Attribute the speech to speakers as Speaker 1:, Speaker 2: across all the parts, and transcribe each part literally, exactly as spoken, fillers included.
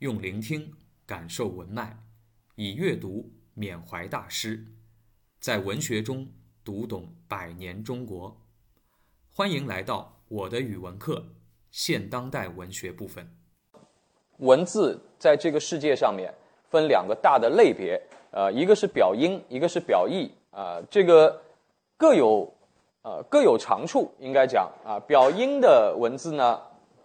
Speaker 1: 用聆听感受文脉，以阅读缅怀大师，在文学中读懂百年中国。欢迎来到我的语文课现当代文学部分。
Speaker 2: 文字在这个世界上面分两个大的类别，呃，一个是表音，一个是表意，啊、呃，这个各有呃各有长处，应该讲啊、呃，表音的文字呢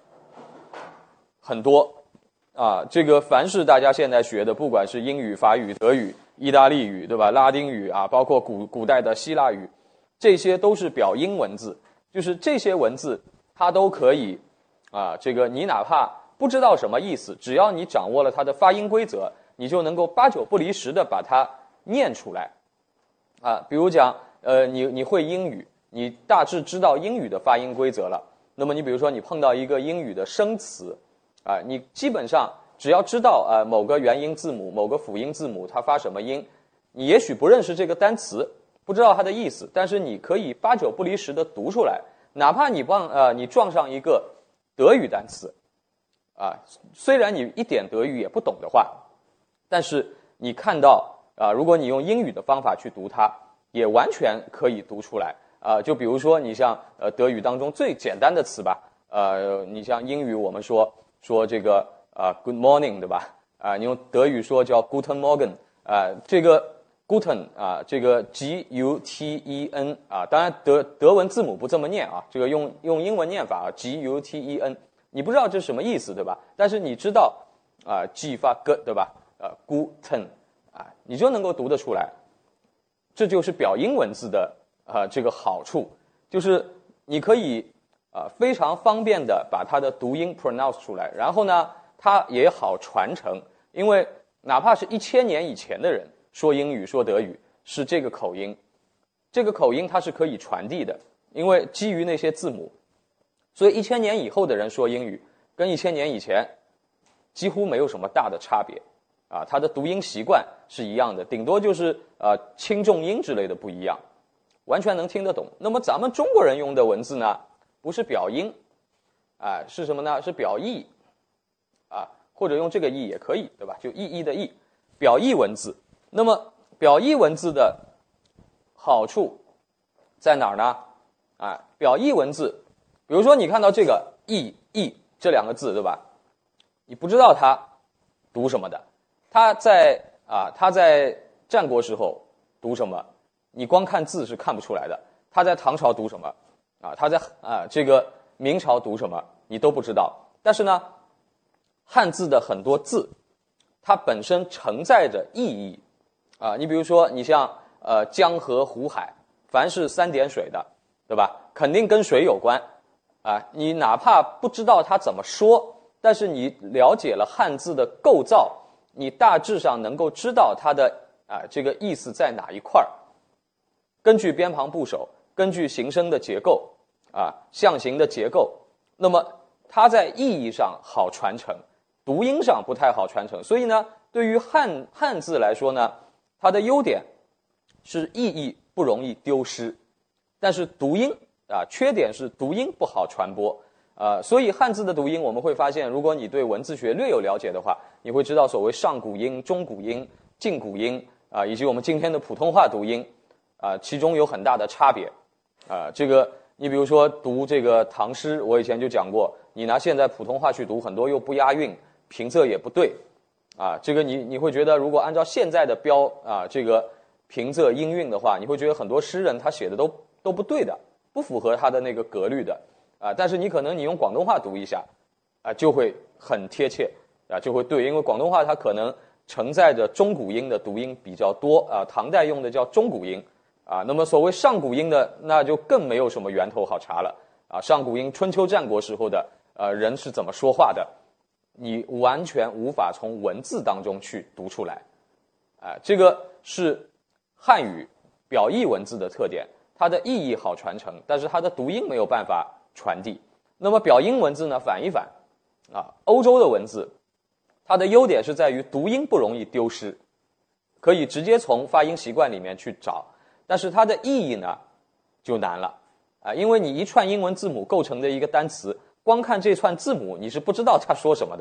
Speaker 2: 很多啊、呃，这个凡是大家现在学的，不管是英语、法语、德语、意大利语，对吧？拉丁语啊，包括古古代的希腊语，这些都是表音文字，就是这些文字它都可以啊、呃，这个你哪怕不知道什么意思，只要你掌握了它的发音规则，你就能够八九不离十的把它念出来啊。比如讲，呃，你你会英语，你大致知道英语的发音规则了。那么你比如说你碰到一个英语的生词啊，你基本上只要知道啊某个元音字母、某个辅音字母它发什么音，你也许不认识这个单词，不知道它的意思，但是你可以八九不离十的读出来。哪怕你帮呃你撞上一个德语单词。啊，虽然你一点德语也不懂的话，但是你看到啊，如果你用英语的方法去读它，也完全可以读出来啊。就比如说，你像呃德语当中最简单的词吧，呃，你像英语我们说说这个啊 good morning 对吧？啊，你用德语说叫 Guten Morgen 啊，这个 Guten 啊，这个 G U T E N 啊，当然德德文字母不这么念啊，这个用用英文念法啊 G U T E N。你不知道这是什么意思，对吧？但是你知道啊 ，G 发 G， 对吧？呃 ，Guten 啊，你就能够读得出来。这就是表音文字的啊、呃、这个好处，就是你可以啊、呃、非常方便的把它的读音 pronounce 出来，然后呢，它也好传承，因为哪怕是一千年以前的人说英语说德语是这个口音，这个口音它是可以传递的，因为基于那些字母。所以一千年以后的人说英语，跟一千年以前几乎没有什么大的差别，啊，它的读音习惯是一样的，顶多就是呃轻重音之类的不一样，完全能听得懂。那么咱们中国人用的文字呢，不是表音，啊，是什么呢？是表意，啊，或者用这个意也可以，对吧？就意义的意，表意文字。那么表意文字的好处在哪儿呢？啊，表意文字。比如说你看到这个意义这两个字，对吧？你不知道它读什么的，它在啊它在战国时候读什么，你光看字是看不出来的。它在唐朝读什么啊？它在啊这个明朝读什么，你都不知道。但是呢，汉字的很多字，它本身承载着意义啊。你比如说，你像呃江河湖海，凡是三点水的，对吧？肯定跟水有关。啊，你哪怕不知道它怎么说，但是你了解了汉字的构造，你大致上能够知道它的啊这个意思在哪一块儿。根据边旁部首，根据形声的结构啊象形的结构，那么它在意义上好传承，读音上不太好传承。所以呢，对于汉汉字来说呢，它的优点是意义不容易丢失，但是读音啊，缺点是读音不好传播，呃，所以汉字的读音我们会发现，如果你对文字学略有了解的话，你会知道所谓上古音、中古音、近古音啊、呃，以及我们今天的普通话读音啊、呃，其中有很大的差别啊、呃。这个你比如说读这个唐诗，我以前就讲过，你拿现在普通话去读，很多又不押韵，平仄也不对啊。这个你你会觉得，如果按照现在的标啊，这个平仄音韵的话，你会觉得很多诗人他写的都都不对的。不符合它的那个格律的啊，但是你可能你用广东话读一下啊，就会很贴切啊，就会对，因为广东话它可能承载着中古音的读音比较多啊，唐代用的叫中古音啊，那么所谓上古音的那就更没有什么源头好查了啊，上古音春秋战国时候的呃人是怎么说话的，你完全无法从文字当中去读出来啊，这个是汉语表意文字的特点。它的意义好传承，但是它的读音没有办法传递。那么表音文字呢，反一反啊，欧洲的文字，它的优点是在于读音不容易丢失，可以直接从发音习惯里面去找，但是它的意义呢就难了啊，因为你一串英文字母构成的一个单词，光看这串字母你是不知道它说什么的，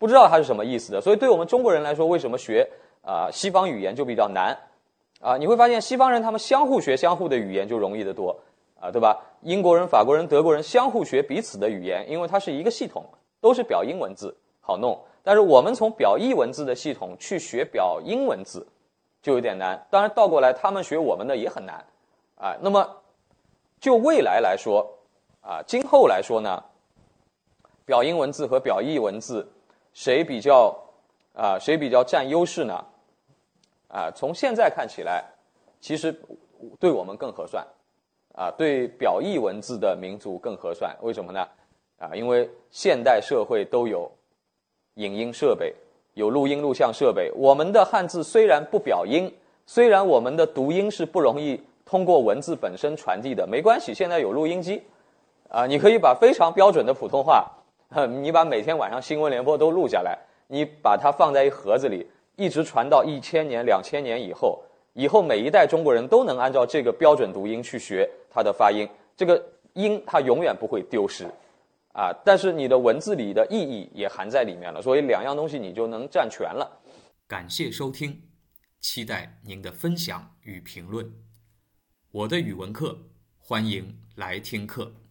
Speaker 2: 不知道它是什么意思的。所以对我们中国人来说，为什么学啊、呃、西方语言就比较难啊？你会发现西方人他们相互学相互的语言就容易得多啊，对吧？英国人、法国人、德国人相互学彼此的语言，因为它是一个系统，都是表音文字，好弄。但是我们从表意文字的系统去学表音文字，就有点难。当然倒过来，他们学我们的也很难啊。那么就未来来说啊，今后来说呢，表音文字和表意文字谁比较啊谁比较占优势呢？啊，从现在看起来，其实对我们更合算啊，对表意文字的民族更合算。为什么呢？啊，因为现代社会都有影音设备，有录音录像设备。我们的汉字虽然不表音，虽然我们的读音是不容易通过文字本身传递的，没关系，现在有录音机啊，你可以把非常标准的普通话，你把每天晚上新闻联播都录下来，你把它放在一盒子里，一直传到一千年、两千年以后，以后每一代中国人都能按照这个标准读音去学它的发音，这个音它永远不会丢失啊。但是你的文字里的意义也含在里面了，所以两样东西你就能占全了。
Speaker 1: 感谢收听，期待您的分享与评论。我的语文课，欢迎来听课。